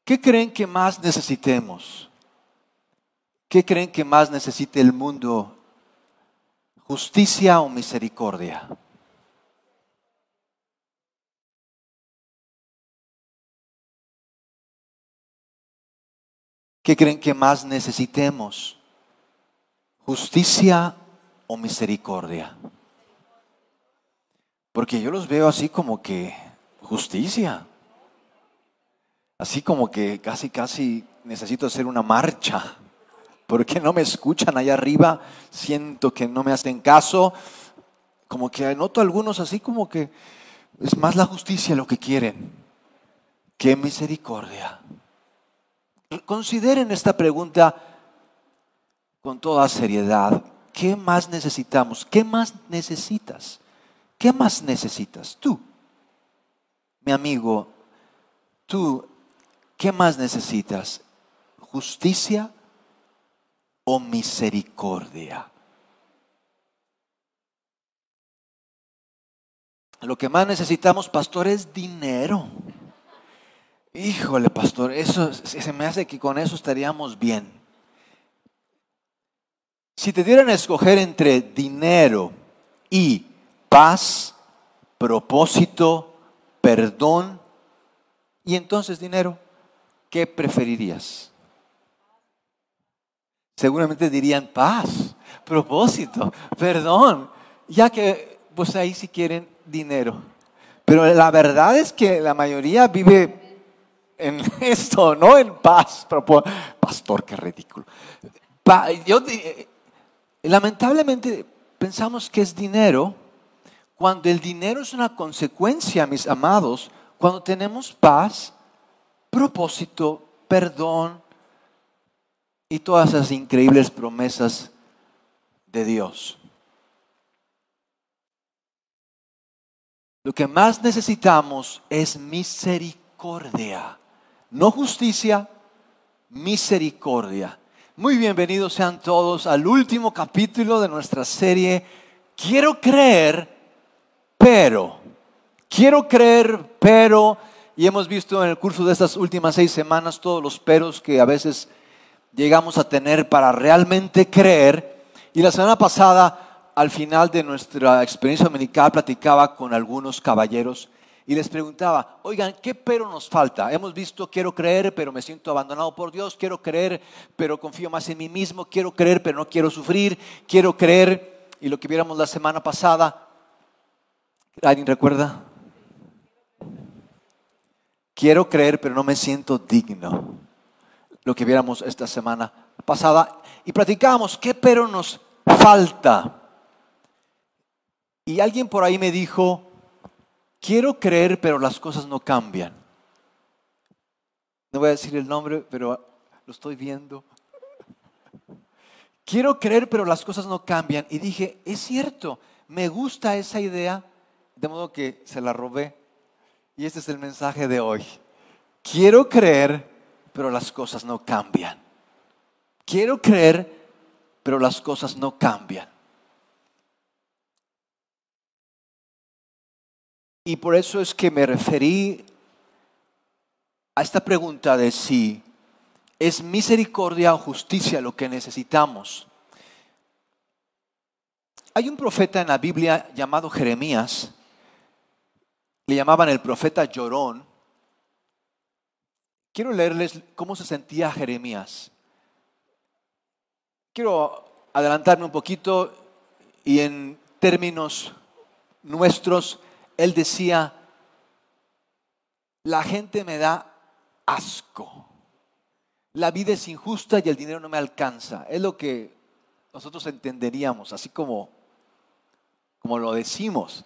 ¿Qué creen que más necesitemos? ¿Qué creen que más necesite el mundo? ¿Justicia o misericordia? ¿Qué creen que más necesitemos? ¿Justicia o misericordia? Porque yo los veo así como que justicia. Así como que casi necesito hacer una marcha. Porque no me escuchan allá arriba, siento que no me hacen caso. Como que noto algunos así como que es más la justicia lo que quieren que misericordia. Consideren esta pregunta con toda seriedad. ¿Qué más necesitamos? ¿Qué más necesitas? ¿Qué más necesitas? Tú, mi amigo, tú, ¿qué más necesitas? ¿Justicia o misericordia? Lo que más necesitamos, pastor, es dinero. Híjole, pastor, eso se me hace que con eso estaríamos bien. Si te dieran a escoger entre dinero y paz, propósito, perdón, y entonces dinero, ¿qué preferirías? Seguramente dirían paz, propósito, perdón, ya que pues ahí sí quieren dinero. Pero la verdad es que la mayoría vive en esto, no en paz. Pastor, qué ridículo. Lamentablemente pensamos que es dinero, cuando el dinero es una consecuencia, mis amados, cuando tenemos paz, propósito, perdón y todas esas increíbles promesas de Dios. Lo que más necesitamos es misericordia, no justicia, misericordia. Muy bienvenidos sean todos al último capítulo de nuestra serie Quiero creer, pero. Y hemos visto en el curso de estas últimas 6 semanas todos los peros que a veces llegamos a tener para realmente creer. Y la semana pasada, al final de nuestra experiencia dominical, platicaba con algunos caballeros y les preguntaba, oigan, ¿qué pero nos falta? Hemos visto, quiero creer, pero me siento abandonado por Dios. Quiero creer, pero confío más en mí mismo. Quiero creer, pero no quiero sufrir. Quiero creer, y lo que viéramos la semana pasada, ¿alguien recuerda? Quiero creer, pero no me siento digno. Lo que viéramos esta semana pasada. Y platicábamos, ¿qué pero nos falta? Y alguien por ahí me dijo, quiero creer, pero las cosas no cambian. No voy a decir el nombre, pero lo estoy viendo. Quiero creer, pero las cosas no cambian. Y dije, es cierto, me gusta esa idea, de modo que se la robé. Y este es el mensaje de hoy. Quiero creer, pero las cosas no cambian. Quiero creer, pero las cosas no cambian. Y por eso es que me referí a esta pregunta de si es misericordia o justicia lo que necesitamos. Hay un profeta en la Biblia llamado Jeremías. Le llamaban el profeta llorón. Quiero leerles cómo se sentía Jeremías. Quiero adelantarme un poquito y en términos nuestros, él decía, la gente me da asco. La vida es injusta y el dinero no me alcanza. Es lo que nosotros entenderíamos, así como lo decimos.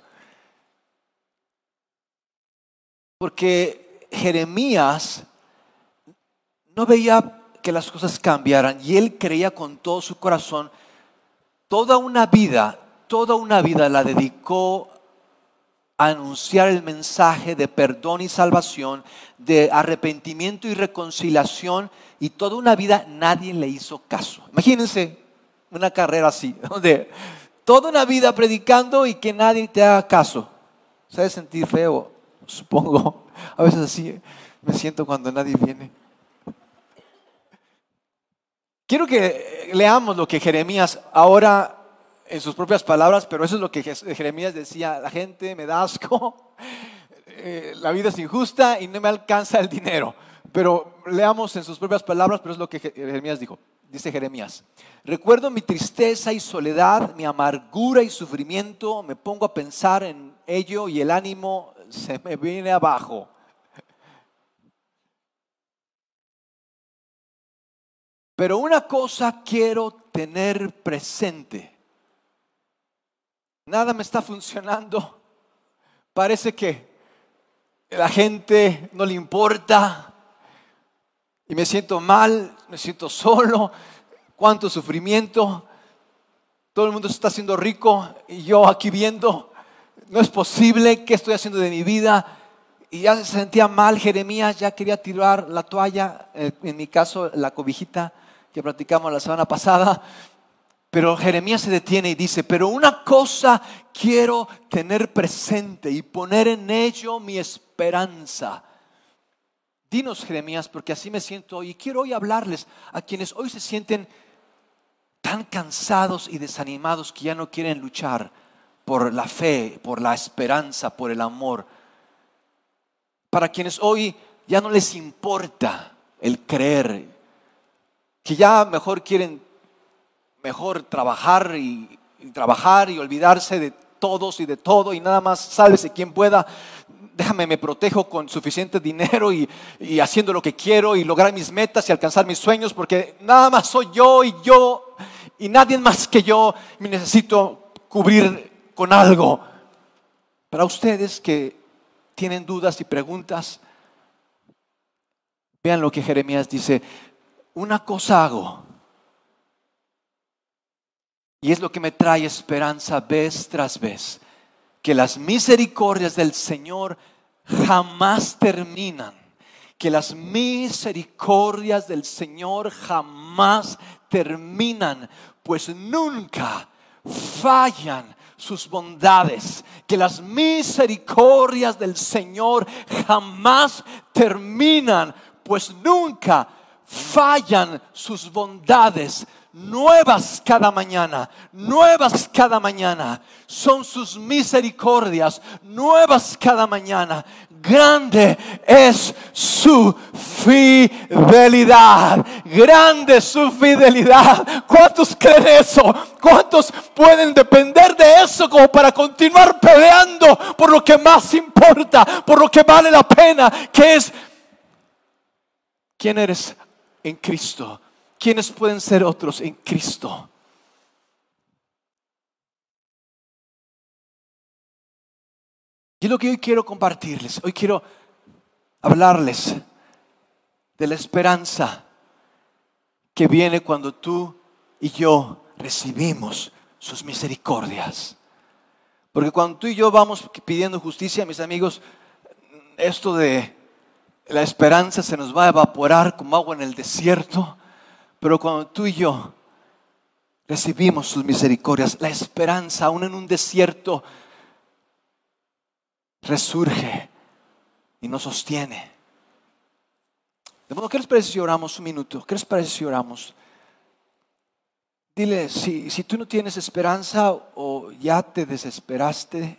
Porque Jeremías no veía que las cosas cambiaran y él creía con todo su corazón. Toda una vida la dedicó a anunciar el mensaje de perdón y salvación, de arrepentimiento y reconciliación, y toda una vida nadie le hizo caso. Imagínense una carrera así, donde toda una vida predicando y que nadie te haga caso. ¿Sabes sentir feo? Supongo, a veces así me siento cuando nadie viene. quiero que leamos lo que Jeremías ahora en sus propias palabras, pero eso es lo que Jeremías decía: la gente me da asco, la vida es injusta y no me alcanza el dinero. Pero leamos en sus propias palabras, pero es lo que Jeremías dijo. Dice Jeremías: recuerdo mi tristeza y soledad, mi amargura y sufrimiento, me pongo a pensar en ello y el ánimo se me viene abajo. Pero una cosa quiero tener presente: nada me está funcionando, parece que la gente no le importa y me siento mal, me siento solo, cuánto sufrimiento, todo el mundo se está haciendo rico y yo aquí viendo, no es posible, ¿qué estoy haciendo de mi vida? Y ya se sentía mal Jeremías, ya quería tirar la toalla, en mi caso la cobijita que platicamos la semana pasada. Pero Jeremías se detiene y dice: pero una cosa quiero tener presente y poner en ello mi esperanza. Dinos, Jeremías, porque así me siento hoy. Y quiero hoy hablarles a quienes hoy se sienten tan cansados y desanimados que ya no quieren luchar por la fe, por la esperanza, por el amor. Para quienes hoy ya no les importa el creer, que ya mejor quieren trabajar y trabajar y olvidarse de todos y de todo y nada más, sálvese quien pueda, déjame, me protejo con suficiente dinero y haciendo lo que quiero y lograr mis metas y alcanzar mis sueños, porque nada más soy yo y nadie más que yo me necesito cubrir con algo. Para ustedes que tienen dudas y preguntas, vean lo que Jeremías dice: una cosa hago, y es lo que me trae esperanza vez tras vez, que las misericordias del Señor jamás terminan. Que las misericordias del Señor jamás terminan, pues nunca fallan sus bondades. Que las misericordias del Señor jamás terminan, pues nunca fallan sus bondades. Nuevas cada mañana, nuevas cada mañana son sus misericordias, nuevas cada mañana. Grande es su fidelidad, grande es su fidelidad. ¿Cuántos creen eso? ¿Cuántos pueden depender de eso como para continuar peleando por lo que más importa, por lo que vale la pena, que es quién eres en Cristo? ¿Quiénes pueden ser otros en Cristo? Y es lo que hoy quiero compartirles. Hoy quiero hablarles de la esperanza que viene cuando tú y yo recibimos sus misericordias. Porque cuando tú y yo vamos pidiendo justicia, mis amigos, esto de la esperanza se nos va a evaporar como agua en el desierto. Pero cuando tú y yo recibimos sus misericordias, la esperanza aún en un desierto resurge y nos sostiene. De modo, ¿qué les parece si oramos un minuto? ¿Qué les parece si oramos? Dile, si tú no tienes esperanza o ya te desesperaste,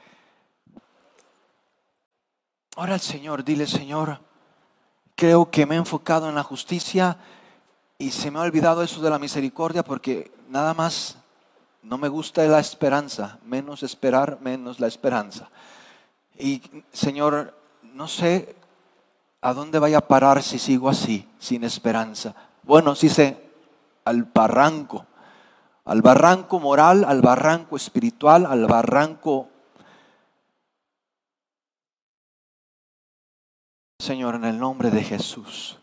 ora al Señor, dile: Señor, creo que me he enfocado en la justicia y se me ha olvidado eso de la misericordia, porque nada más no me gusta la esperanza, menos esperar, menos la esperanza. Y Señor, no sé a dónde vaya a parar si sigo así, sin esperanza. Bueno, sí sé, al barranco moral, al barranco espiritual, al barranco. Señor, en el nombre de Jesús,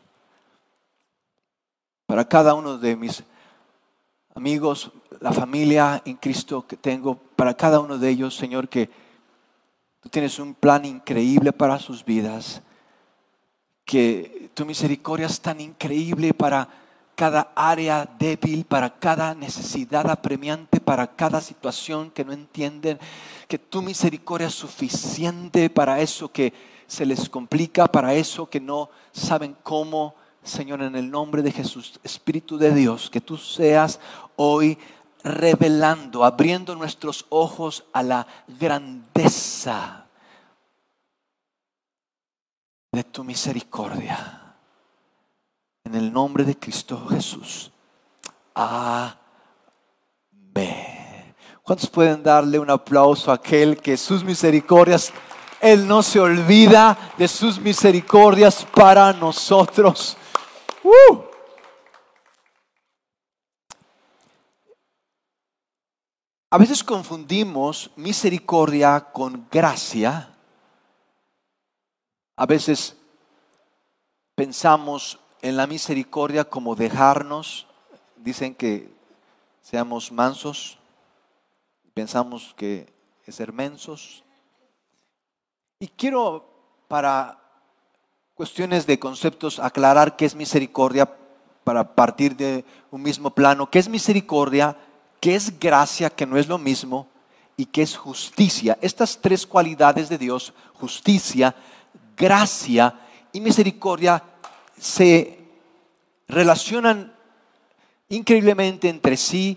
para cada uno de mis amigos, la familia en Cristo que tengo, para cada uno de ellos, Señor, que tú tienes un plan increíble para sus vidas, que tu misericordia es tan increíble para cada área débil, para cada necesidad apremiante, para cada situación que no entienden, que tu misericordia es suficiente para eso que se les complica, para eso que no saben cómo Señor, en el nombre de Jesús, Espíritu de Dios, que tú seas hoy revelando, abriendo nuestros ojos a la grandeza de tu misericordia. En el nombre de Cristo Jesús. Amén. ¿Cuántos pueden darle un aplauso a aquel que sus misericordias, Él no se olvida de sus misericordias para nosotros? A veces confundimos misericordia con gracia. A veces pensamos en la misericordia como dejarnos. Dicen que seamos mansos. Pensamos que es ser mensos. Y quiero, para cuestiones de conceptos, aclarar qué es misericordia para partir de un mismo plano. ¿Qué es misericordia? ¿Qué es gracia, que no es lo mismo? ¿Y qué es justicia? Estas tres cualidades de Dios, justicia, gracia y misericordia, se relacionan increíblemente entre sí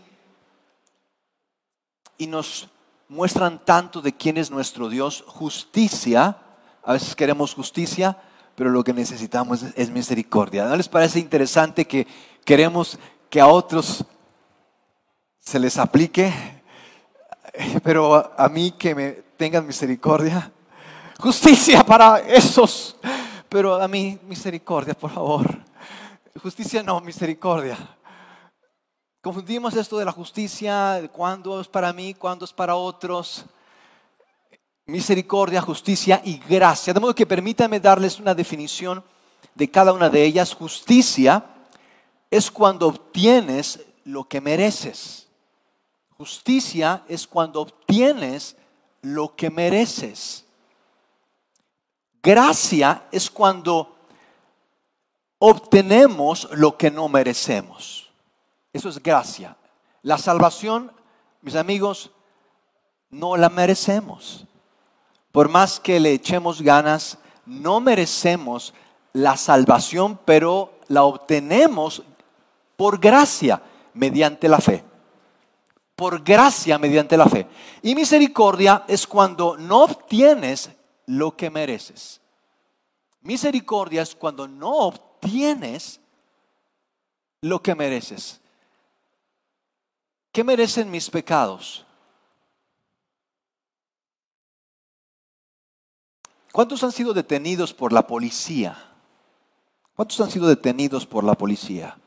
y nos muestran tanto de quién es nuestro Dios. Justicia, a veces queremos justicia, pero lo que necesitamos es misericordia. ¿No les parece interesante que queremos que a otros se les aplique, pero a mí que me tengan misericordia? Justicia para esos, pero a mí misericordia, por favor. Justicia no, misericordia. Confundimos esto de la justicia, cuándo es para mí, cuándo es para otros. Misericordia, justicia y gracia. De modo que permítanme darles una definición de cada una de ellas. Justicia es cuando obtienes lo que mereces. Justicia es cuando obtienes lo que mereces. Gracia es cuando obtenemos lo que no merecemos. Eso es gracia. La salvación, mis amigos, no la merecemos. Por más que le echemos ganas, no merecemos la salvación, pero la obtenemos por gracia, mediante la fe. Por gracia, mediante la fe. Y misericordia es cuando no obtienes lo que mereces. Misericordia es cuando no obtienes lo que mereces. ¿Qué merecen mis pecados? ¿Cuántos han sido detenidos por la policía? ¿Cuántos han sido detenidos por la policía?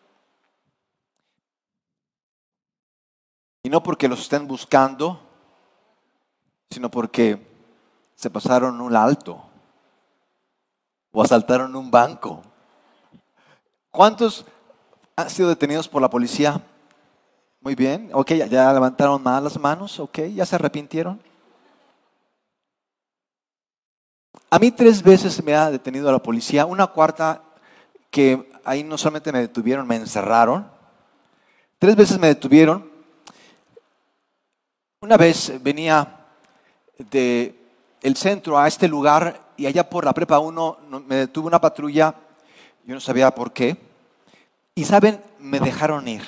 Y no porque los estén buscando, sino porque se pasaron un alto o asaltaron un banco. ¿Cuántos han sido detenidos por la policía? Muy bien, ok, ya levantaron más las manos, ok, ya se arrepintieron. A mí 3 veces me ha detenido la policía, una cuarta que ahí no solamente me detuvieron, me encerraron. 3 veces me detuvieron. Una vez venía del centro a este lugar y allá por la prepa 1 me detuvo una patrulla, yo no sabía por qué. Y saben, me dejaron ir.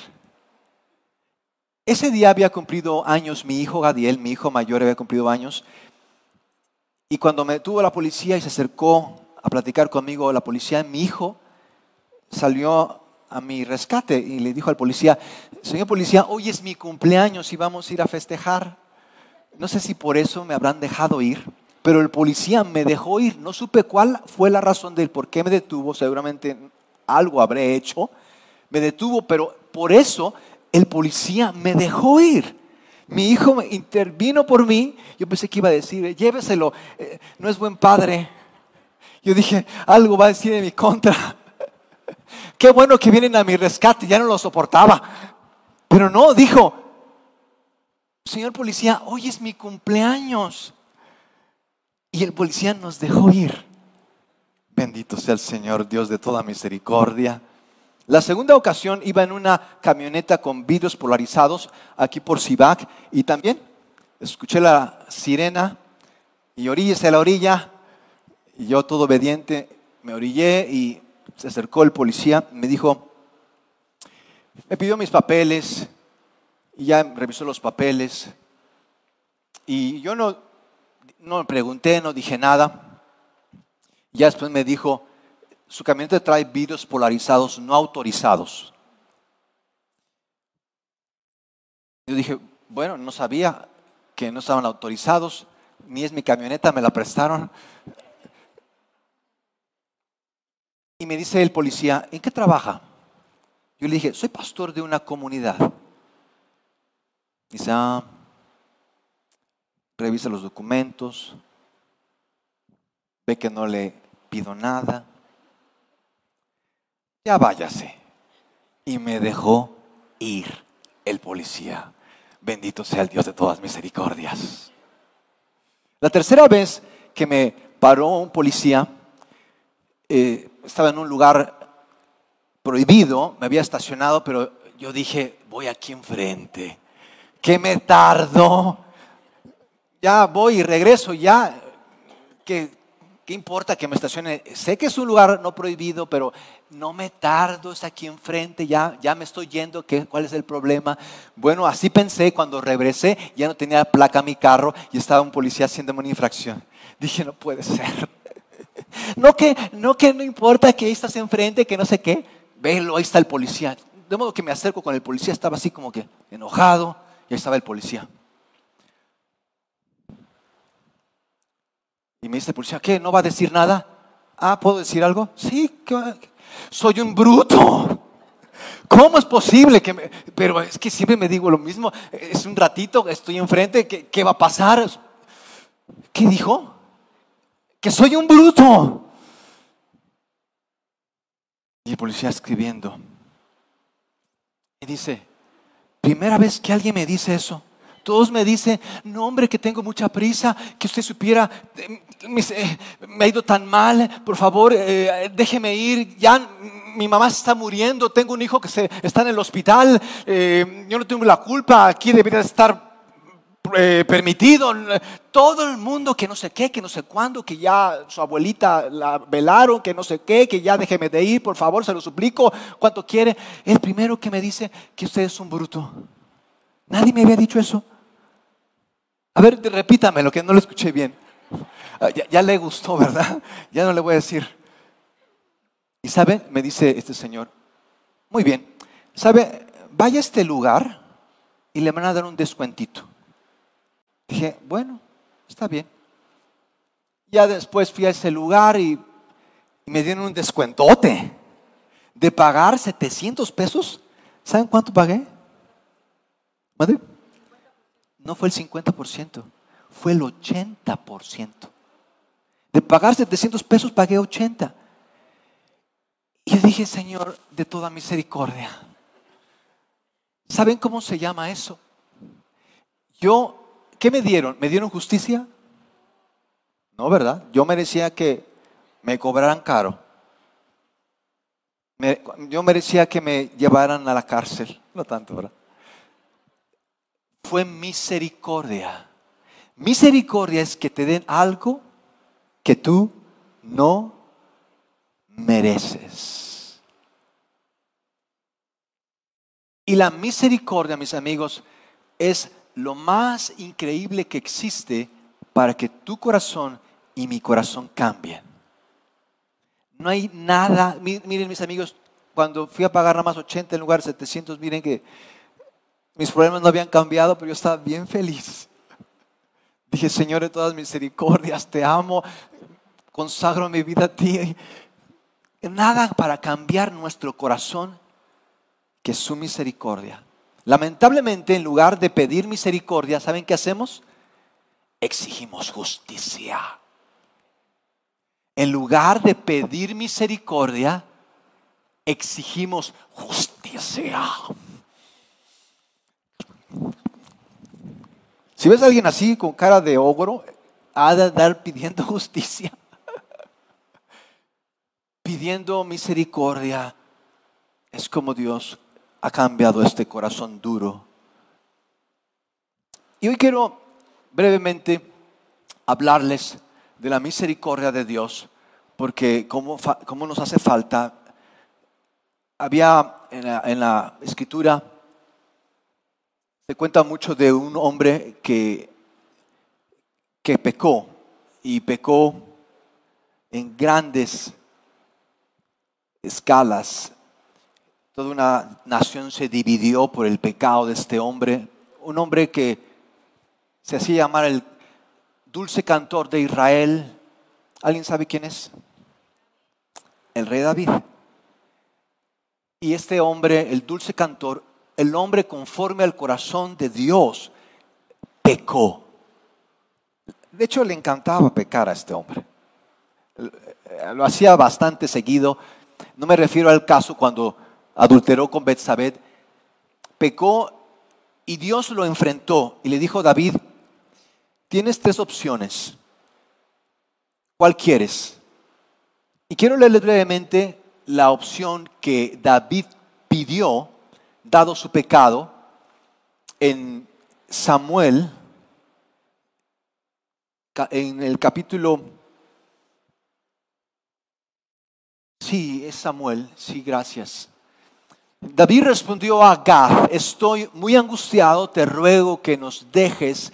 Ese día había cumplido años mi hijo Gadiel, mi hijo mayor había cumplido años. Y cuando me detuvo la policía y se acercó a platicar conmigo la policía, mi hijo salió a mi rescate y le dijo al policía: señor policía, hoy es mi cumpleaños y vamos a ir a festejar. No sé si por eso me habrán dejado ir, pero el policía me dejó ir. No supe cuál fue la razón del por qué me detuvo, seguramente algo habré hecho. Me detuvo, pero por eso el policía me dejó ir. Mi hijo intervino por mí. Yo pensé que iba a decir: lléveselo, no es buen padre. Yo dije, algo va a decir en mi contra. Qué bueno que vienen a mi rescate, ya no lo soportaba. Pero no, dijo: señor policía, hoy es mi cumpleaños. Y el policía nos dejó ir. Bendito sea el Señor, Dios de toda misericordia. La segunda ocasión iba en una camioneta con vidrios polarizados aquí por Cibac y también escuché la sirena y oríllese a la orilla, y yo todo obediente me orillé y se acercó el policía, me dijo, me pidió mis papeles y ya revisó los papeles. Y yo no me pregunté, no dije nada. Ya después me dijo, su camioneta trae vidrios polarizados no autorizados. Yo dije, bueno, no sabía que no estaban autorizados, ni es mi camioneta, me la prestaron. Y me dice el policía, ¿en qué trabaja? Yo le dije, soy pastor de una comunidad. Dice, revisa los documentos, ve que no le pido nada. Ya váyase. Y me dejó ir el policía. Bendito sea el Dios de todas misericordias. La tercera vez que me paró un policía, estaba en un lugar prohibido, me había estacionado, pero yo dije, voy aquí enfrente. ¿Qué me tardo? Ya voy y regreso, ya. ¿Qué importa que me estacione? Sé que es un lugar no prohibido, pero no me tardo, es aquí enfrente, ya me estoy yendo, ¿cuál es el problema? Bueno, así pensé cuando regresé, ya no tenía placa mi carro y estaba un policía haciéndome una infracción. Dije, no puede ser. No importa que ahí estás enfrente, que no sé qué. Velo, ahí está el policía. De modo que me acerco con el policía, estaba así como que enojado, y ahí estaba el policía. Y me dice el policía, ¿qué? ¿No va a decir nada? ¿Puedo decir algo? Sí, soy un bruto. ¿Cómo es posible que Pero es que siempre me digo lo mismo. Es un ratito, estoy enfrente, ¿qué va a pasar? ¿Qué dijo? Que soy un bruto. Y el policía escribiendo. Y dice, primera vez que alguien me dice eso. Todos me dicen, no hombre, que tengo mucha prisa, que usted supiera, me ha ido tan mal, por favor, déjeme ir, ya mi mamá se está muriendo, tengo un hijo que está en el hospital, yo no tengo la culpa, aquí debería estar permitido. Todo el mundo que no sé qué, que no sé cuándo, que ya su abuelita la velaron, que no sé qué, que ya déjeme de ir, por favor, se lo suplico, cuánto quiere. El primero que me dice que usted es un bruto. Nadie me había dicho eso. A ver, repítamelo, que no lo escuché bien. Ya le gustó, ¿verdad? Ya no le voy a decir. Y ¿sabe? Me dice este señor, muy bien, ¿sabe? Vaya a este lugar y le van a dar un descuentito. Dije, bueno, está bien. Ya después fui a ese lugar y me dieron un descuentote de pagar 700 pesos. ¿Saben cuánto pagué? ¿Madre? No fue el 50%, fue el 80%. De pagar 700 pesos pagué 80. Y yo dije, Señor, de toda misericordia. ¿Saben cómo se llama eso? ¿Qué me dieron? ¿Me dieron justicia? No, ¿verdad? Yo merecía que me cobraran caro. Yo merecía que me llevaran a la cárcel. No tanto, ¿verdad? Fue misericordia. Misericordia es que te den algo que tú no mereces. Y la misericordia, mis amigos, es lo más increíble que existe para que tu corazón y mi corazón cambien. No hay nada. Miren, mis amigos, cuando fui a pagar nada más 80 en lugar de 700, miren que mis problemas no habían cambiado, pero yo estaba bien feliz. Dije, Señor de todas misericordias, te amo, consagro mi vida a ti. Nada para cambiar nuestro corazón que su misericordia. Lamentablemente, en lugar de pedir misericordia, ¿saben qué hacemos? Exigimos justicia. En lugar de pedir misericordia, exigimos justicia. Si ves a alguien así con cara de ogro, ha de andar pidiendo justicia, pidiendo misericordia. Es como Dios ha cambiado este corazón duro. Y hoy quiero brevemente hablarles de la misericordia de Dios, porque cómo nos hace falta Había en la escritura, se cuenta mucho de un hombre que pecó y pecó en grandes escalas. Toda una nación se dividió por el pecado de este hombre. Un hombre que se hacía llamar el dulce cantor de Israel. ¿Alguien sabe quién es? El rey David. Y este hombre, el dulce cantor, el hombre conforme al corazón de Dios, pecó. De hecho, le encantaba pecar a este hombre. Lo hacía bastante seguido. No me refiero al caso cuando adulteró con Betsabé. Pecó y Dios lo enfrentó y le dijo: David, tienes 3 opciones. ¿Cuál quieres? Y quiero leerles brevemente la opción que David pidió, dado su pecado, en Samuel, en el capítulo. Sí, es Samuel, sí, gracias. David respondió a Gad: estoy muy angustiado, te ruego que nos dejes,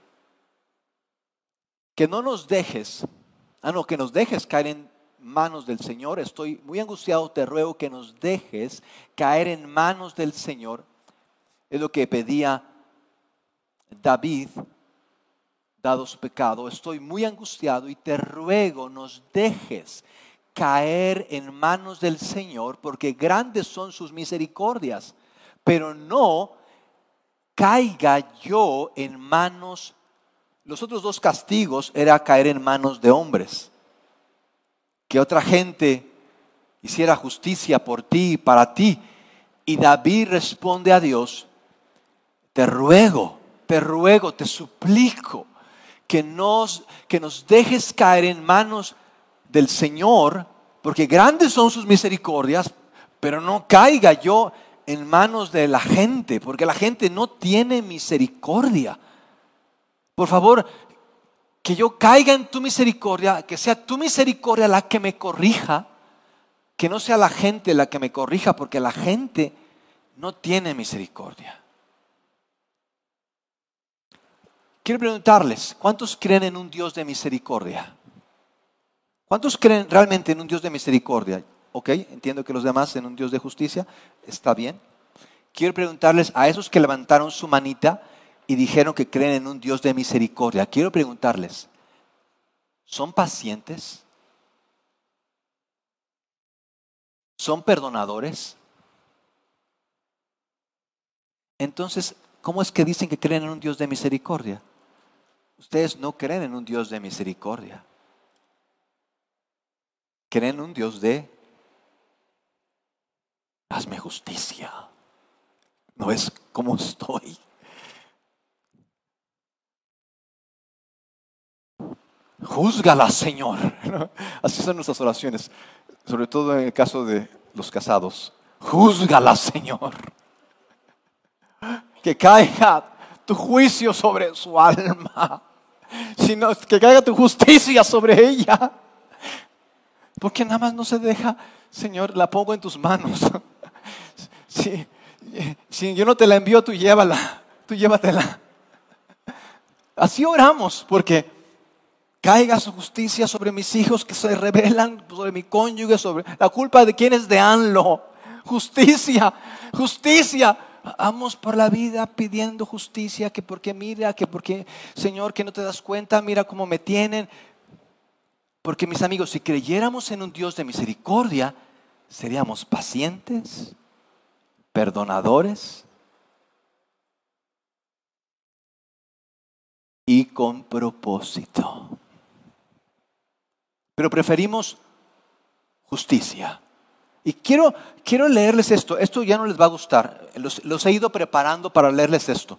que no nos dejes, que nos dejes caer en manos del Señor. Estoy muy angustiado, te ruego que nos dejes caer en manos del Señor. Es lo que pedía David, dado su pecado. Estoy muy angustiado y te ruego nos dejes caer en manos del Señor, porque grandes son sus misericordias, pero no caiga yo en manos. Los otros 2 castigos era caer en manos de hombres, que otra gente hiciera justicia por ti y para ti. Y David responde a Dios: te ruego, te suplico que nos dejes caer en manos del Señor, porque grandes son sus misericordias, pero no caiga yo en manos de la gente, porque la gente no tiene misericordia. Por favor, que yo caiga en tu misericordia, que sea tu misericordia la que me corrija, que no sea la gente la que me corrija, porque la gente no tiene misericordia. Quiero preguntarles, ¿cuántos creen en un Dios de misericordia? ¿Cuántos creen realmente en un Dios de misericordia? Ok, entiendo que los demás en un Dios de justicia, está bien. Quiero preguntarles a esos que levantaron su manita y dijeron que creen en un Dios de misericordia. Quiero preguntarles, ¿son pacientes? ¿Son perdonadores? Entonces, ¿cómo es que dicen que creen en un Dios de misericordia? Ustedes no creen en un Dios de misericordia. Creen en un Dios de hazme justicia. ¿No ves cómo estoy? Júzgala, Señor. Así son nuestras oraciones, sobre todo en el caso de los casados. Júzgala, Señor. Que caiga tu juicio sobre su alma, sino que caiga tu justicia sobre ella. Porque nada más no se deja. Señor, la pongo en tus manos. Si yo no te la envío, tú llévala, tú llévatela. Así oramos, porque caiga su justicia sobre mis hijos que se rebelan, sobre mi cónyuge, sobre la culpa de quienes deanlo. Justicia, justicia. Vamos por la vida pidiendo justicia, que porque mira, que porque Señor, que no te das cuenta, mira cómo me tienen. Porque mis amigos, si creyéramos en un Dios de misericordia, seríamos pacientes, perdonadores y con propósito. Pero preferimos justicia. Y quiero leerles esto. Esto ya no les va a gustar. Los he ido preparando para leerles esto.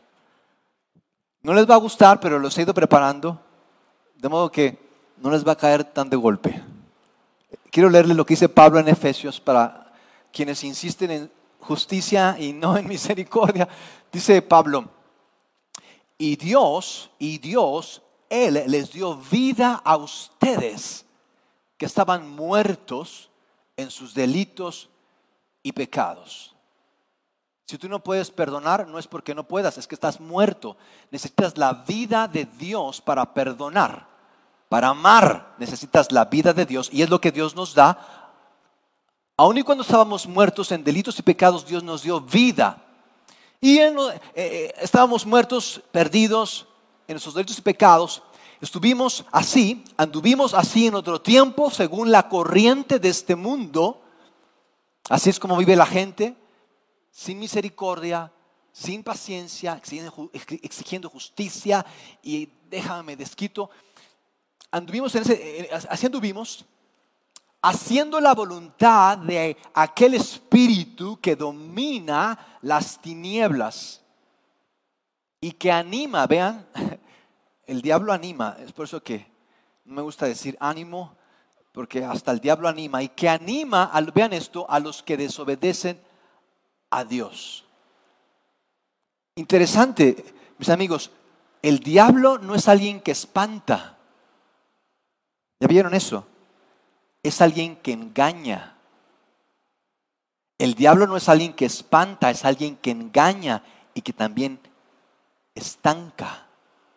No les va a gustar, pero los he ido preparando. De modo que no les va a caer tan de golpe. Quiero leerles lo que dice Pablo en Efesios para quienes insisten en justicia y no en misericordia. Dice Pablo: y Dios, Él les dio vida a ustedes que estaban muertos en sus delitos y pecados. Si tú no puedes perdonar, no es porque no puedas, es que estás muerto. Necesitas la vida de Dios para perdonar. Para amar necesitas la vida de Dios y es lo que Dios nos da. Aun y cuando estábamos muertos en delitos y pecados, Dios nos dio vida. Y estábamos muertos, perdidos en nuestros delitos y pecados. Estuvimos así, anduvimos así en otro tiempo, según la corriente de este mundo. Así es como vive la gente, sin misericordia, sin paciencia, exigiendo justicia y déjame desquito. Así anduvimos, haciendo la voluntad de aquel espíritu que domina las tinieblas y que anima, vean, el diablo anima, es por eso que no me gusta decir ánimo, porque hasta el diablo anima, y que anima, vean esto, a los que desobedecen a Dios. Interesante, mis amigos, el diablo no es alguien que espanta. ¿Ya vieron eso? Es alguien que engaña. El diablo no es alguien que espanta, es alguien que engaña y que también estanca.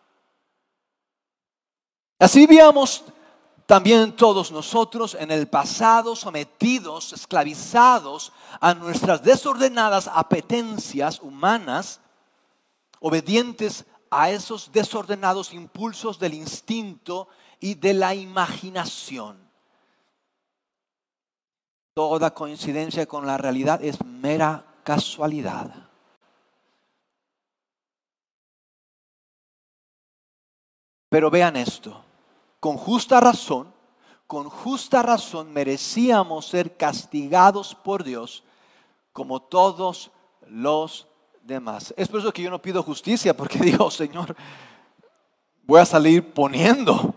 Así vivíamos también todos nosotros en el pasado, sometidos, esclavizados a nuestras desordenadas apetencias humanas, obedientes a esos desordenados impulsos del instinto y de la imaginación. Toda coincidencia con la realidad es mera casualidad. Pero vean esto, con justa razón merecíamos ser castigados por Dios como todos los demás. Es por eso que yo no pido justicia, porque digo, Señor, voy a salir poniendo.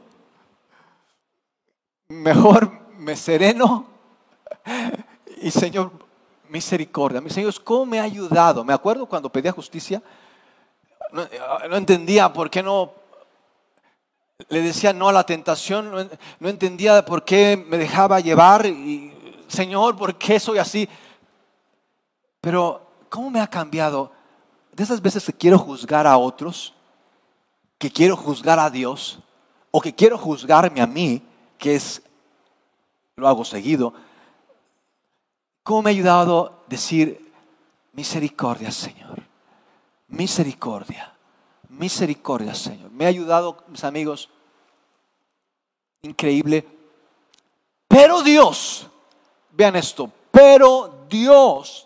Mejor me sereno y Señor, misericordia. Mi Señor, ¿cómo me ha ayudado? Me acuerdo cuando pedía justicia, no entendía por qué no le decía no a la tentación, no entendía por qué me dejaba llevar y Señor, ¿por qué soy así? Pero ¿cómo me ha cambiado? De esas veces que quiero juzgar a otros, que quiero juzgar a Dios o que quiero juzgarme a mí, que lo hago seguido. ¿Cómo me ha ayudado a decir misericordia, Señor? Misericordia. Misericordia, Señor. Me ha ayudado, mis amigos, increíble. Pero Dios, vean esto, pero Dios,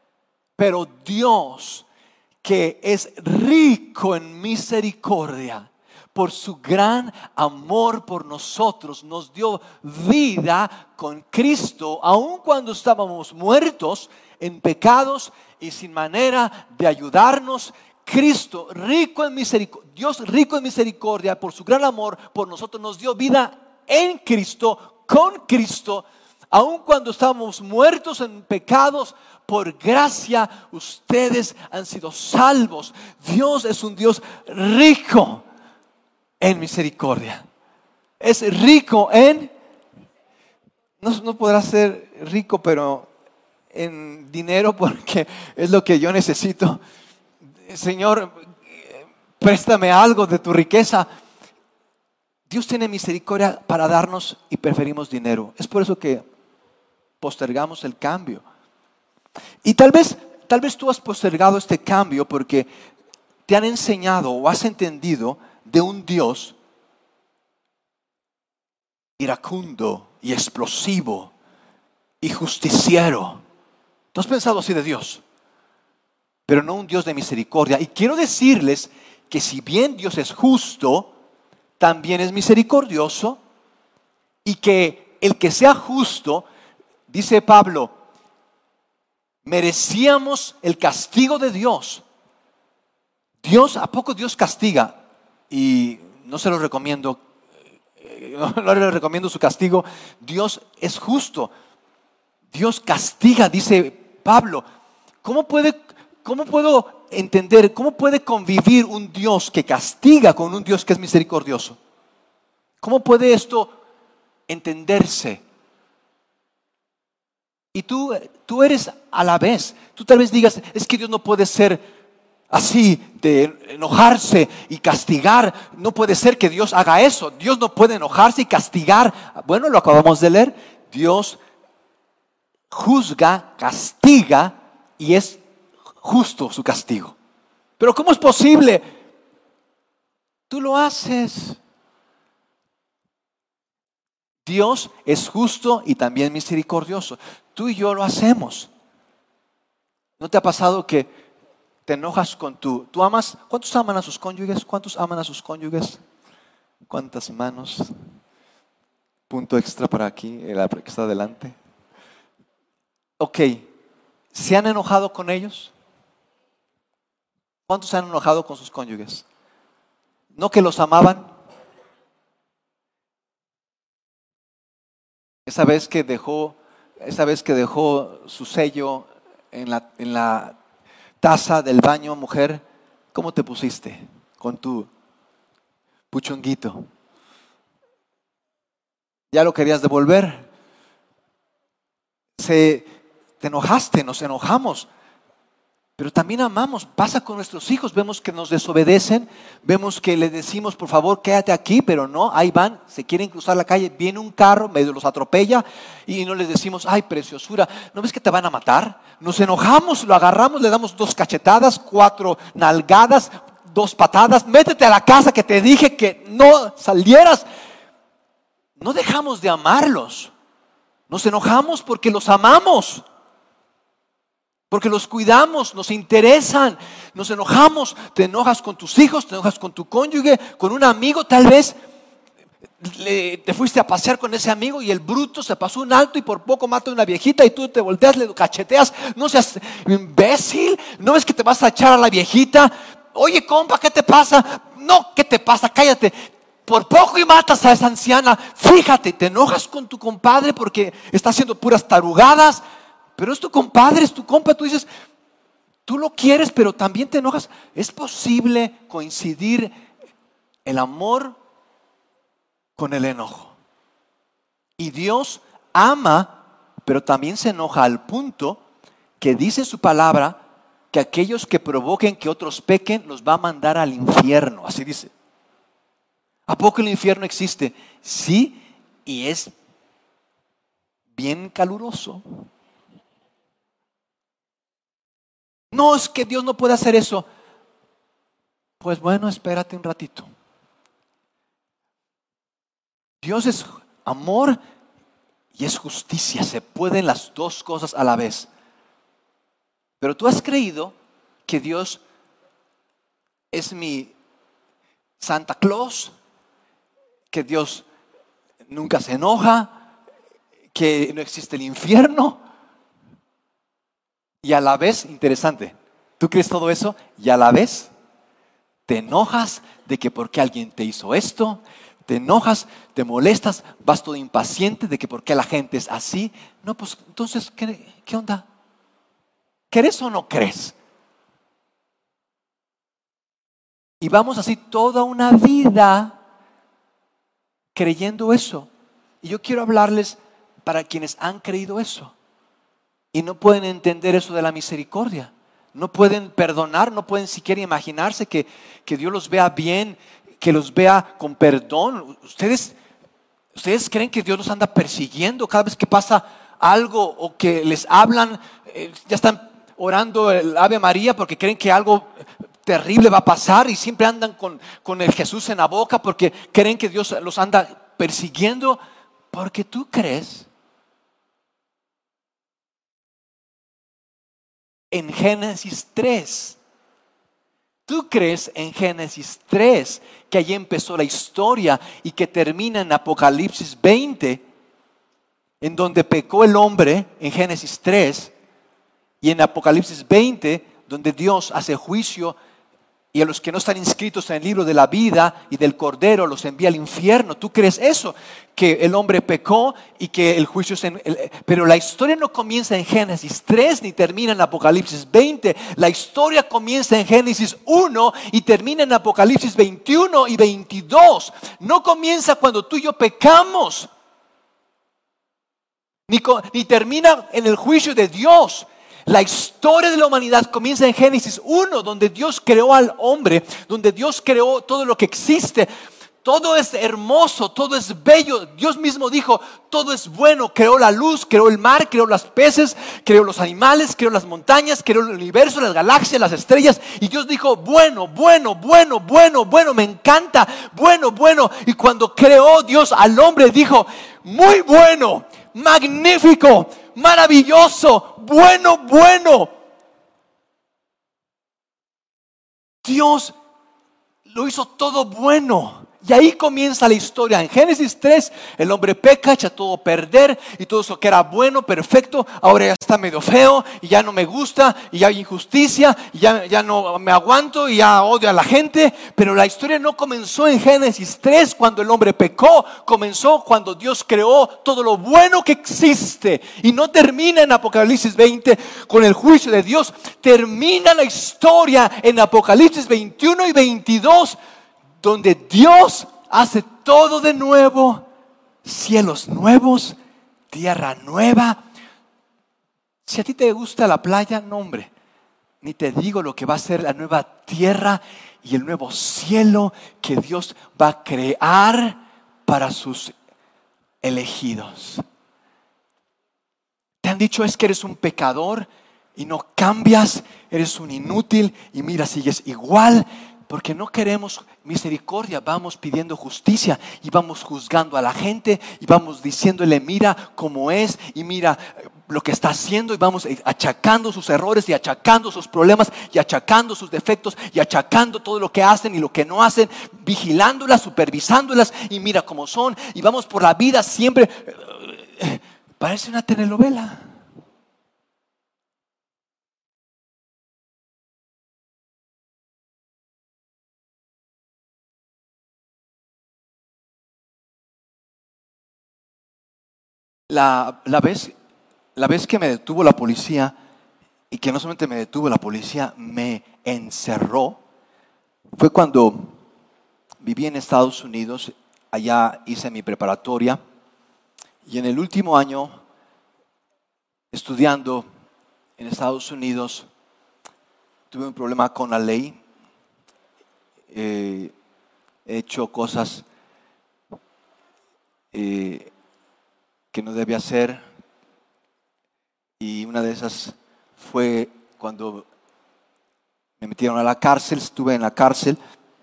que es rico en misericordia, por su gran amor por nosotros, nos dio vida con Cristo, aun cuando estábamos muertos en pecados y sin manera de ayudarnos. Cristo, rico en misericordia, Dios rico en misericordia, por su gran amor por nosotros, nos dio vida en Cristo, con Cristo, aun cuando estábamos muertos en pecados. Por gracia ustedes han sido salvos. Dios es un Dios rico en misericordia. Es rico en, no podrá ser rico, pero en dinero, porque es lo que yo necesito. Señor, préstame algo de tu riqueza. Dios tiene misericordia para darnos y preferimos dinero. Es por eso que postergamos el cambio. Y tal vez tú has postergado este cambio porque te han enseñado o has entendido de un Dios iracundo y explosivo y justiciero. ¿Tú has pensado así de Dios? Pero no un Dios de misericordia. Y quiero decirles que si bien Dios es justo, también es misericordioso, y que el que sea justo, dice Pablo, merecíamos el castigo de Dios. ¿A poco Dios castiga? Y no se lo recomiendo, no le recomiendo su castigo. Dios es justo. Dios castiga, dice Pablo. ¿Cómo puedo entender, cómo puede convivir un Dios que castiga con un Dios que es misericordioso? ¿Cómo puede esto entenderse? Y tú eres a la vez. Tú tal vez digas, es que Dios no puede ser así, de enojarse y castigar. No puede ser que Dios haga eso. Dios no puede enojarse y castigar. Bueno, lo acabamos de leer. Dios juzga, castiga y es justo su castigo. Pero ¿cómo es posible? Tú lo haces. Dios es justo y también misericordioso. Tú y yo lo hacemos. ¿No te ha pasado que te enojas con tú amas? ¿Cuántos aman a sus cónyuges? ¿Cuántos aman a sus cónyuges? ¿Cuántas manos? Punto extra para aquí, el que está adelante. Ok, ¿se han enojado con ellos? ¿Cuántos se han enojado con sus cónyuges? ¿No que los amaban? Esa vez que dejó su sello en la taza del baño, mujer, ¿cómo te pusiste con tu puchonguito? ¿Ya lo querías devolver? Te enojaste, nos enojamos. Pero también amamos. Pasa con nuestros hijos. Vemos que nos desobedecen. Vemos que le decimos, por favor, quédate aquí. Pero no, ahí van, se quieren cruzar la calle. Viene un carro, medio los atropella. Y no les decimos, ay, preciosura, ¿no ves que te van a matar? Nos enojamos, lo agarramos, le damos 2 cachetadas, 4 nalgadas, 2 patadas. Métete a la casa que te dije que no salieras. No dejamos de amarlos. Nos enojamos porque los amamos. Porque los cuidamos, nos interesan, nos enojamos. Te enojas con tus hijos, te enojas con tu cónyuge, con un amigo. Tal vez te fuiste a pasear con ese amigo y el bruto se pasó un alto y por poco mata a una viejita y tú te volteas, le cacheteas. No seas imbécil, ¿no ves que te vas a echar a la viejita? Oye, compa, ¿qué te pasa? No, ¿qué te pasa? Cállate. Por poco y matas a esa anciana. Fíjate, te enojas con tu compadre porque está haciendo puras tarugadas. Pero es tu compadre, es tu compa. Tú dices, tú lo quieres, pero también te enojas. ¿Es posible coincidir el amor con el enojo? Y Dios ama, pero también se enoja al punto que dice su palabra que aquellos que provoquen que otros pequen los va a mandar al infierno. Así dice. ¿A poco el infierno existe? Sí, y es bien caluroso. No, es que Dios no puede hacer eso. Pues bueno, espérate un ratito. Dios es amor y es justicia. Se pueden las 2 cosas a la vez. Pero tú has creído que Dios es mi Santa Claus, que Dios nunca se enoja, que no existe el infierno. Y a la vez, interesante, ¿tú crees todo eso? Y a la vez te enojas de que por qué alguien te hizo esto. Te enojas, te molestas, vas todo impaciente de que por qué la gente es así. No, pues entonces, ¿qué onda? ¿Crees o no crees? Y vamos así toda una vida creyendo eso. Y yo quiero hablarles para quienes han creído eso. Y no pueden entender eso de la misericordia. No pueden perdonar, no pueden siquiera imaginarse que Dios los vea bien, que los vea con perdón. ¿Ustedes creen que Dios los anda persiguiendo cada vez que pasa algo o que les hablan? Ya están orando el Ave María porque creen que algo terrible va a pasar y siempre andan con el Jesús en la boca porque creen que Dios los anda persiguiendo. Porque tú crees en Génesis 3. Tú crees en Génesis 3 que allí empezó la historia y que termina en Apocalipsis 20, en donde pecó el hombre en Génesis 3, y en Apocalipsis 20 donde Dios hace juicio y a los que no están inscritos en el libro de la vida y del Cordero los envía al infierno. ¿Tú crees eso? Que el hombre pecó y que el juicio es pero la historia no comienza en Génesis 3 ni termina en Apocalipsis 20. La historia comienza en Génesis 1 y termina en Apocalipsis 21 y 22. No comienza cuando tú y yo pecamos. ni termina en el juicio de Dios. La historia de la humanidad comienza en Génesis 1, donde Dios creó al hombre, donde Dios creó todo lo que existe. Todo es hermoso, todo es bello. Dios mismo dijo, todo es bueno. Creó la luz, creó el mar, creó los peces, creó los animales, creó las montañas, creó el universo, las galaxias, las estrellas. Y Dios dijo, bueno, bueno, bueno, bueno, bueno, me encanta, bueno, bueno. Y cuando creó Dios al hombre dijo, muy bueno, magnífico, maravilloso, bueno, bueno. Dios lo hizo todo bueno. Y ahí comienza la historia. En Génesis 3, el hombre peca, echa todo a perder. Y todo eso que era bueno, perfecto, ahora ya está medio feo. Y ya no me gusta, y ya hay injusticia. Y ya no me aguanto, y ya odio a la gente. Pero la historia no comenzó en Génesis 3 cuando el hombre pecó. Comenzó cuando Dios creó todo lo bueno que existe. Y no termina en Apocalipsis 20 con el juicio de Dios. Termina la historia en Apocalipsis 21 y 22, donde Dios hace todo de nuevo, cielos nuevos, tierra nueva. Si a ti te gusta la playa, no hombre, ni te digo lo que va a ser la nueva tierra y el nuevo cielo que Dios va a crear para sus elegidos. Te han dicho es que eres un pecador y no cambias, eres un inútil y mira, sigues igual. Porque no queremos misericordia, vamos pidiendo justicia y vamos juzgando a la gente y vamos diciéndole mira cómo es y mira lo que está haciendo y vamos achacando sus errores y achacando sus problemas y achacando sus defectos y achacando todo lo que hacen y lo que no hacen, vigilándolas, supervisándolas y mira cómo son y vamos por la vida siempre. Parece una telenovela. La vez que me detuvo la policía, y que no solamente me detuvo la policía, me encerró, fue cuando viví en Estados Unidos. Allá hice mi preparatoria y en el último año estudiando en Estados Unidos tuve un problema con la ley. He hecho cosas que no debía hacer, y una de esas fue cuando me metieron a la cárcel. Estuve en la cárcel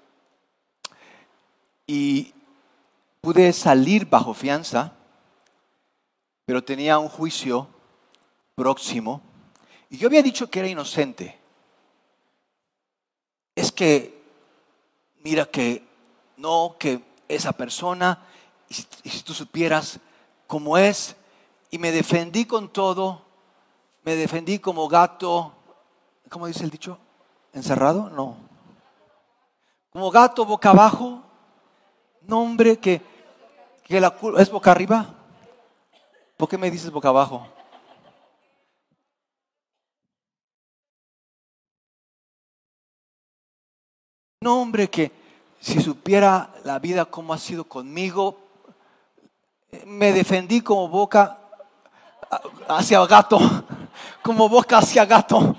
y pude salir bajo fianza, pero tenía un juicio próximo y yo había dicho que era inocente. Es que mira que no, que esa persona, y si tú supieras cómo es, y me defendí con todo, me defendí como gato, ¿cómo dice el dicho? ¿Encerrado? No. Como gato boca abajo. No hombre, que la culpa es boca arriba. ¿Por qué me dices boca abajo? No hombre, que si supiera la vida cómo ha sido conmigo. Me defendí como boca hacia gato, como boca hacia gato.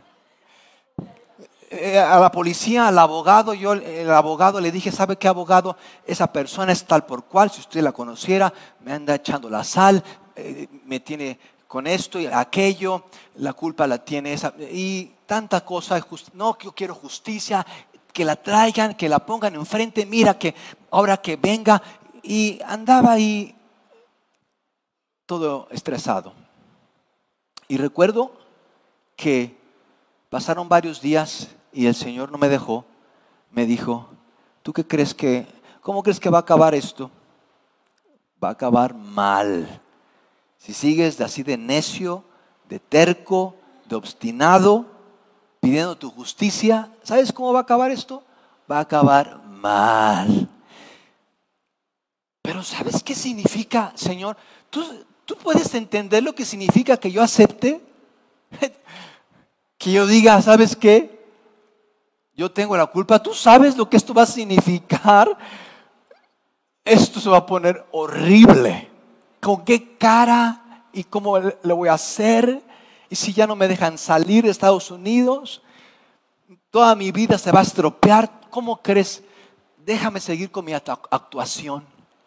A la policía, al abogado, el abogado le dije, ¿sabe qué, abogado? Esa persona es tal por cual, si usted la conociera, me anda echando la sal, me tiene con esto y aquello, la culpa la tiene esa, y tanta cosa. No, yo quiero justicia, que la traigan, que la pongan enfrente, mira que ahora que venga. Y andaba ahí todo estresado. Y recuerdo que pasaron varios días y el Señor no me dejó. Me dijo, ¿tú qué crees cómo crees que va a acabar esto? Va a acabar mal. Si sigues así de necio, de terco, de obstinado, pidiendo tu justicia, ¿sabes cómo va a acabar esto? Va a acabar mal. Pero ¿sabes qué significa, Señor? ¿Tú puedes entender lo que significa que yo acepte? Que yo diga, ¿sabes qué? Yo tengo la culpa. ¿Tú sabes lo que esto va a significar? Esto se va a poner horrible. ¿Con qué cara ¿Y cómo le voy a hacer? ¿Y si ya no me dejan salir de Estados Unidos? Toda mi vida se va a estropear. ¿Cómo crees? Déjame seguir con mi actuación.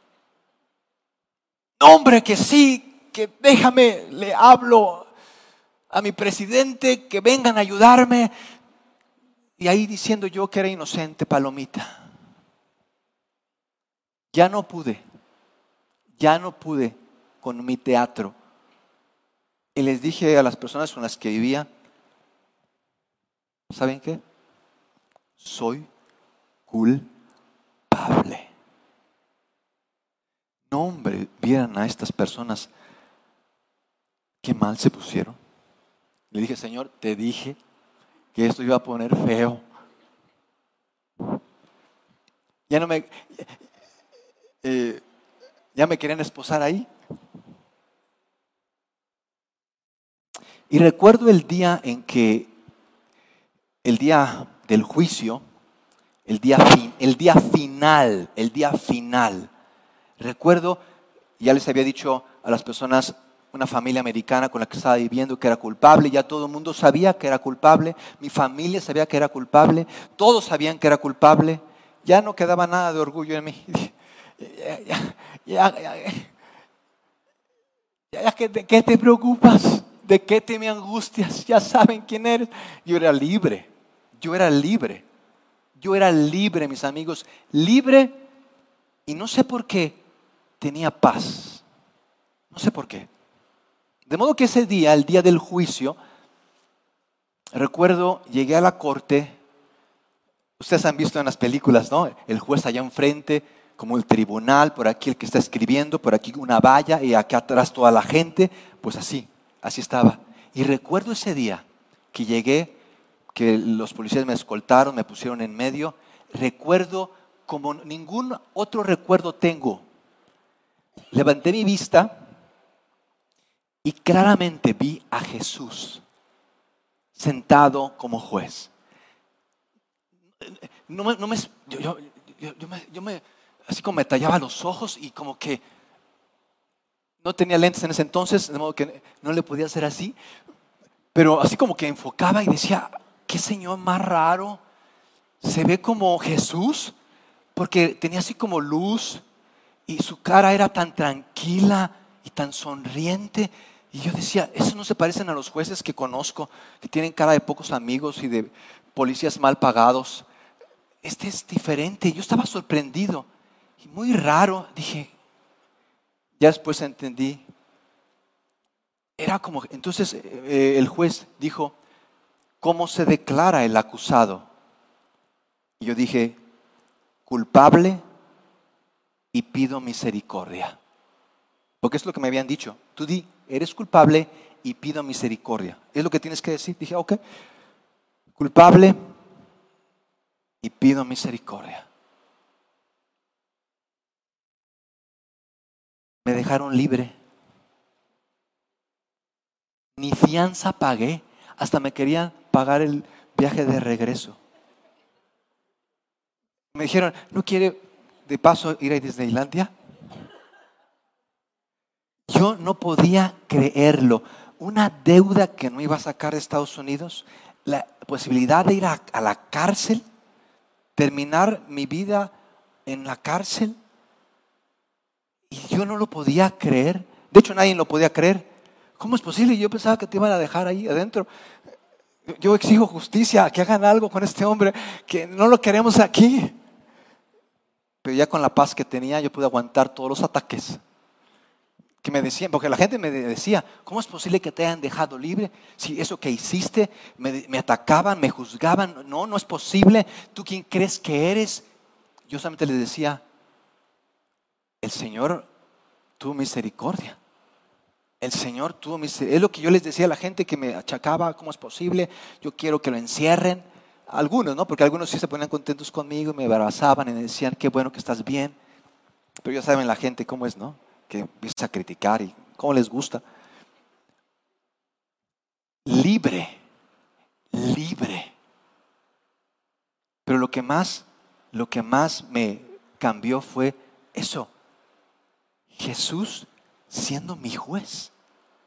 No, hombre, que sí, que déjame, le hablo a mi presidente, que vengan a ayudarme. Y ahí diciendo yo que era inocente, palomita. Ya no pude con mi teatro. Y les dije a las personas con las que vivía, ¿saben qué? Soy culpable. No, hombre, vieran a estas personas qué mal se pusieron. Le dije, Señor, te dije que esto iba a poner feo. Ya me querían esposar ahí. Y recuerdo el día del juicio, el día final. Recuerdo, ya les había dicho a las personas, una familia americana con la que estaba viviendo que era culpable, ya todo el mundo sabía que era culpable, mi familia sabía que era culpable, todos sabían que era culpable, ya no quedaba nada de orgullo en mí. ¿De qué te preocupas? ¿De qué te me angustias? Ya saben quién eres. Yo era libre, mis amigos, libre, y no sé por qué tenía paz. No sé por qué. De modo que ese día, el día del juicio, recuerdo, llegué a la corte. Ustedes han visto en las películas, ¿no? El juez allá enfrente, como el tribunal, por aquí el que está escribiendo, por aquí una valla y acá atrás toda la gente. Pues así estaba. Y recuerdo ese día que llegué, que los policías me escoltaron, me pusieron en medio. Recuerdo como ningún otro recuerdo tengo. Levanté mi vista y claramente vi a Jesús sentado como juez. Así como me tallaba los ojos y como que no tenía lentes en ese entonces, de modo que no le podía hacer así, pero así como que enfocaba y decía, qué señor más raro, se ve como Jesús, porque tenía así como luz y su cara era tan tranquila y tan sonriente. Y yo decía, esos no se parecen a los jueces que conozco, que tienen cara de pocos amigos y de policías mal pagados. Este es diferente. Yo estaba sorprendido y muy raro. Dije, ya después entendí. Era como, entonces el juez dijo, ¿cómo se declara el acusado? Y yo dije, culpable y pido misericordia. Porque es lo que me habían dicho. Tú di, eres culpable y pido misericordia. Es lo que tienes que decir. Dije, ok, culpable y pido misericordia. Me dejaron libre. Ni fianza pagué. Hasta me querían pagar el viaje de regreso. Me dijeron, ¿no quiere de paso ir a Disneylandia? Yo no podía creerlo. Una deuda que no iba a sacar de Estados Unidos, la posibilidad de ir a la cárcel, terminar mi vida en la cárcel. Y yo no lo podía creer. De hecho, nadie lo podía creer. ¿Cómo es posible? Yo pensaba que te iban a dejar ahí adentro. Yo exijo justicia, que hagan algo con este hombre, que no lo queremos aquí. Pero ya con la paz que tenía, yo pude aguantar todos los ataques que me decían, porque la gente me decía, ¿cómo es posible que te hayan dejado libre? Si eso que hiciste, me atacaban, me juzgaban. No, no es posible. ¿Tú quién crees que eres? Yo solamente les decía, el Señor tuvo misericordia. El Señor tuvo misericordia. Es lo que yo les decía a la gente que me achacaba, ¿cómo es posible? Yo quiero que lo encierren. Algunos, ¿no? Porque algunos sí se ponían contentos conmigo y me abrazaban y me decían, qué bueno que estás bien. Pero ya saben la gente cómo es, ¿no? Que empieza a criticar y cómo les gusta. Libre. Pero lo que más me cambió fue eso. Jesús siendo mi juez.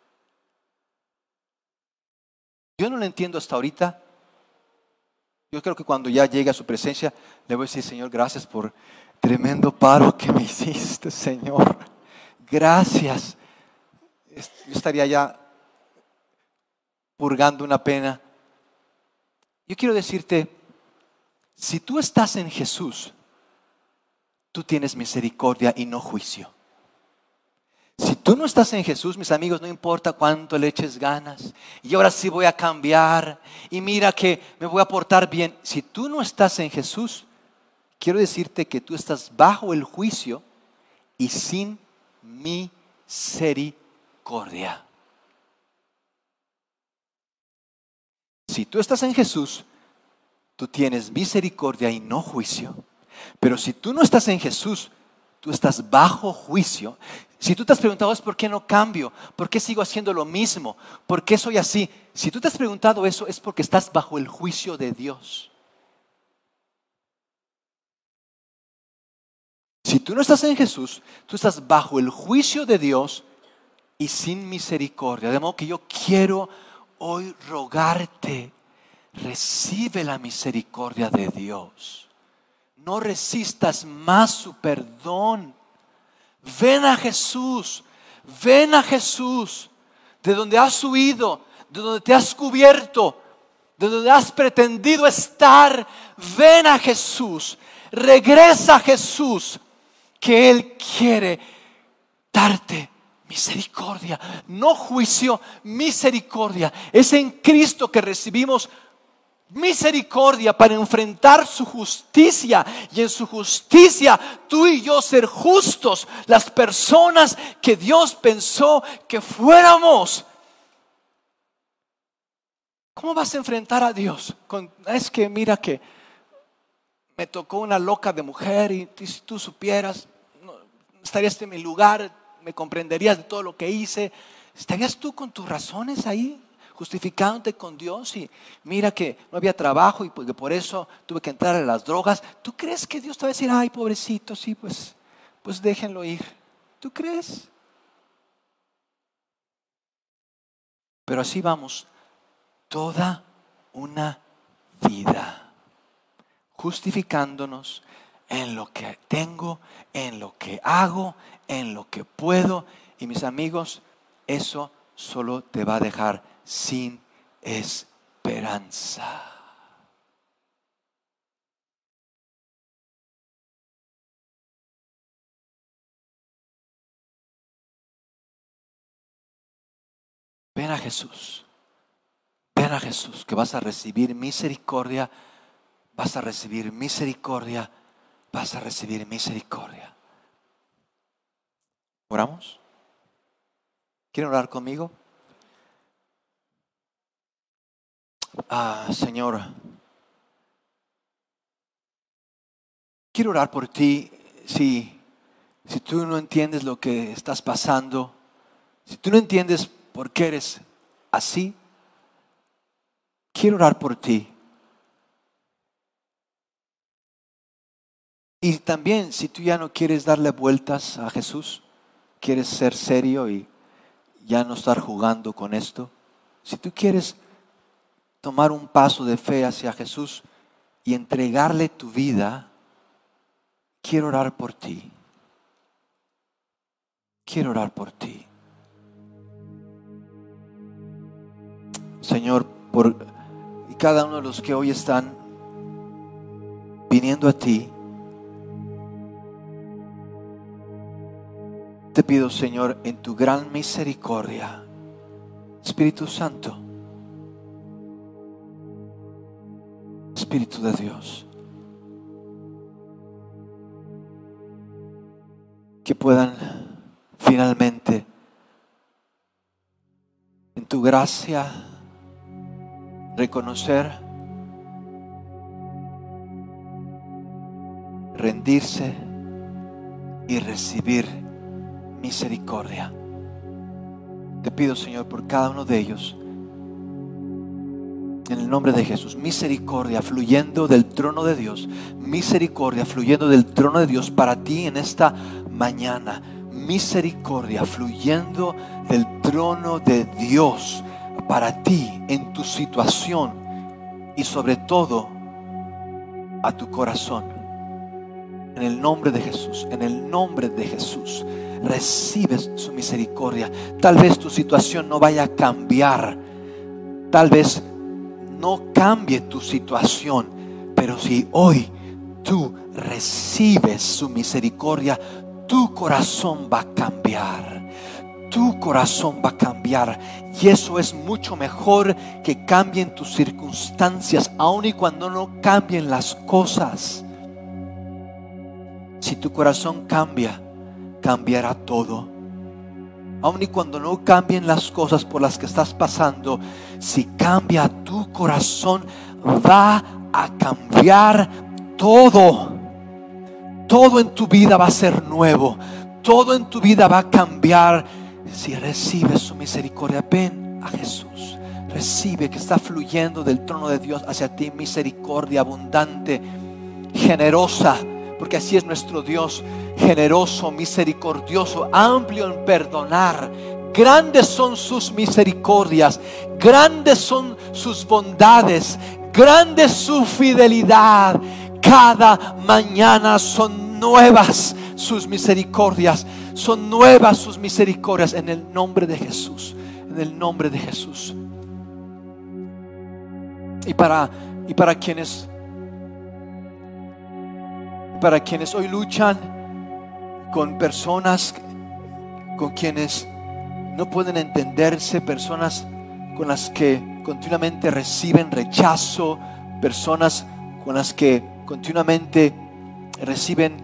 Yo no lo entiendo hasta ahorita. Yo creo que cuando ya llegue a su presencia, le voy a decir: Señor, gracias por tremendo paro que me hiciste, Señor. Gracias. Yo estaría ya purgando una pena. Yo quiero decirte, si tú estás en Jesús, tú tienes misericordia y no juicio. Si tú no estás en Jesús, mis amigos, no importa cuánto le eches ganas, y ahora sí voy a cambiar, y mira que me voy a portar bien. Si tú no estás en Jesús, quiero decirte que tú estás bajo el juicio y sin misericordia. Si tú estás en Jesús, tú tienes misericordia y no juicio. Pero si tú no estás en Jesús, tú estás bajo juicio. Si tú te has preguntado: ¿es por qué no cambio? ¿Por qué sigo haciendo lo mismo? ¿Por qué soy así? Si tú te has preguntado eso, es porque estás bajo el juicio de Dios. Si tú no estás en Jesús, tú estás bajo el juicio de Dios y sin misericordia. De modo que yo quiero hoy rogarte: recibe la misericordia de Dios. No resistas más su perdón. Ven a Jesús. Ven a Jesús. De donde has huido, de donde te has cubierto, de donde has pretendido estar. Ven a Jesús. Regresa a Jesús, que Él quiere darte misericordia, no juicio, misericordia. Es en Cristo que recibimos misericordia para enfrentar su justicia, y en su justicia tú y yo ser justos, las personas que Dios pensó que fuéramos. ¿Cómo vas a enfrentar a Dios? Es que mira que me tocó una loca de mujer, y si tú supieras, no, estarías en mi lugar, me comprenderías de todo lo que hice. ¿Estarías tú con tus razones ahí, justificándote con Dios? Y mira que no había trabajo y porque por eso tuve que entrar a las drogas. ¿Tú crees que Dios te va a decir: ay, pobrecito, sí, pues déjenlo ir? ¿Tú crees? Pero así vamos toda una vida, justificándonos en lo que tengo, en lo que hago, en lo que puedo. Y mis amigos, eso solo te va a dejar sin esperanza. Ven a Jesús. Ven a Jesús, que vas a recibir misericordia. Vas a recibir misericordia. Vas a recibir misericordia. ¿Oramos? ¿Quieren orar conmigo? Señor, quiero orar por ti. Si tú no entiendes lo que estás pasando, si tú no entiendes por qué eres así, quiero orar por ti. Y también, si tú ya no quieres darle vueltas a Jesús, quieres ser serio y ya no estar jugando con esto, si tú quieres tomar un paso de fe hacia Jesús y entregarle tu vida, quiero orar por ti. Quiero orar por ti. Señor, por cada uno de los que hoy están viniendo a ti, te pido, Señor, en tu gran misericordia, Espíritu Santo, Espíritu de Dios, que puedan finalmente, en tu gracia, reconocer, rendirse y recibir misericordia. Te pido, Señor, por cada uno de ellos, en el nombre de Jesús, misericordia fluyendo del trono de Dios, misericordia fluyendo del trono de Dios para ti en esta mañana, misericordia fluyendo del trono de Dios para ti, en tu situación y sobre todo a tu corazón. En el nombre de Jesús, en el nombre de Jesús, recibes su misericordia. Tal vez tu situación no vaya a cambiar, tal vez no cambie tu situación, pero si hoy tú recibes su misericordia, tu corazón va a cambiar. Tu corazón va a cambiar, y eso es mucho mejor que cambien tus circunstancias, aun y cuando no cambien las cosas. Si tu corazón cambia, cambiará todo. Aun y cuando no cambien las cosas por las que estás pasando, si cambia tu corazón, va a cambiar todo. Todo en tu vida va a ser nuevo. Todo en tu vida va a cambiar. Si recibes su misericordia, ven a Jesús. Recibe que está fluyendo del trono de Dios hacia ti misericordia abundante, generosa, porque así es nuestro Dios, generoso, misericordioso, amplio en perdonar. Grandes son sus misericordias, grandes son sus bondades, grande es su fidelidad. Cada mañana son nuevas sus misericordias. Son nuevas sus misericordias en el nombre de Jesús. En el nombre de Jesús. Y para quienes hoy luchan con personas con quienes no pueden entenderse, personas con las que continuamente reciben rechazo, personas con las que continuamente reciben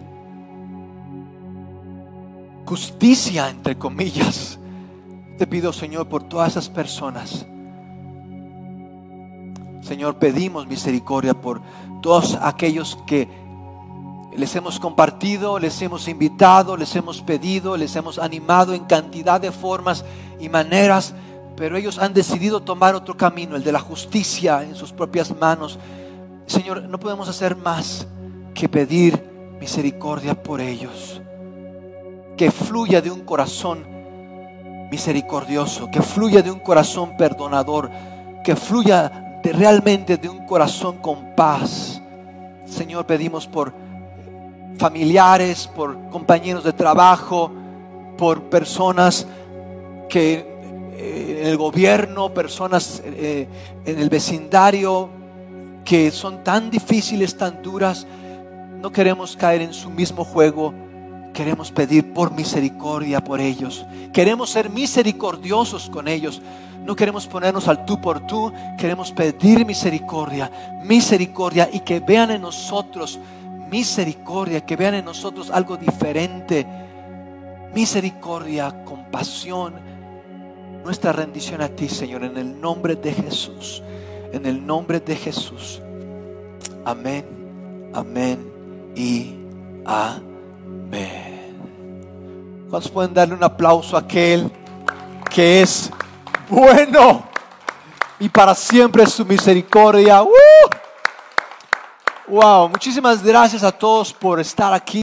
justicia, entre comillas. Te pido, Señor, por todas esas personas. Señor, pedimos misericordia por todos aquellos que les hemos compartido, les hemos invitado, les hemos pedido, les hemos animado en cantidad de formas y maneras, pero ellos han decidido tomar otro camino, el de la justicia, en sus propias manos. Señor, no podemos hacer más que pedir misericordia por ellos. Que fluya de un corazón misericordioso, que fluya de un corazón perdonador, que fluya realmente de un corazón con paz. Señor, pedimos por familiares, por compañeros de trabajo, por personas que en el gobierno, personas en el vecindario, que son tan difíciles, tan duras. No queremos caer en su mismo juego. Queremos pedir por misericordia por ellos. Queremos ser misericordiosos con ellos. No queremos ponernos al tú por tú. Queremos pedir misericordia, misericordia, y que vean en nosotros misericordia, que vean en nosotros algo diferente. Misericordia, compasión, nuestra rendición a ti, Señor, en el nombre de Jesús. En el nombre de Jesús. Amén, amén y amén. ¿Cuántos pueden darle un aplauso a aquel que es bueno y para siempre su misericordia? Wow, muchísimas gracias a todos por estar aquí.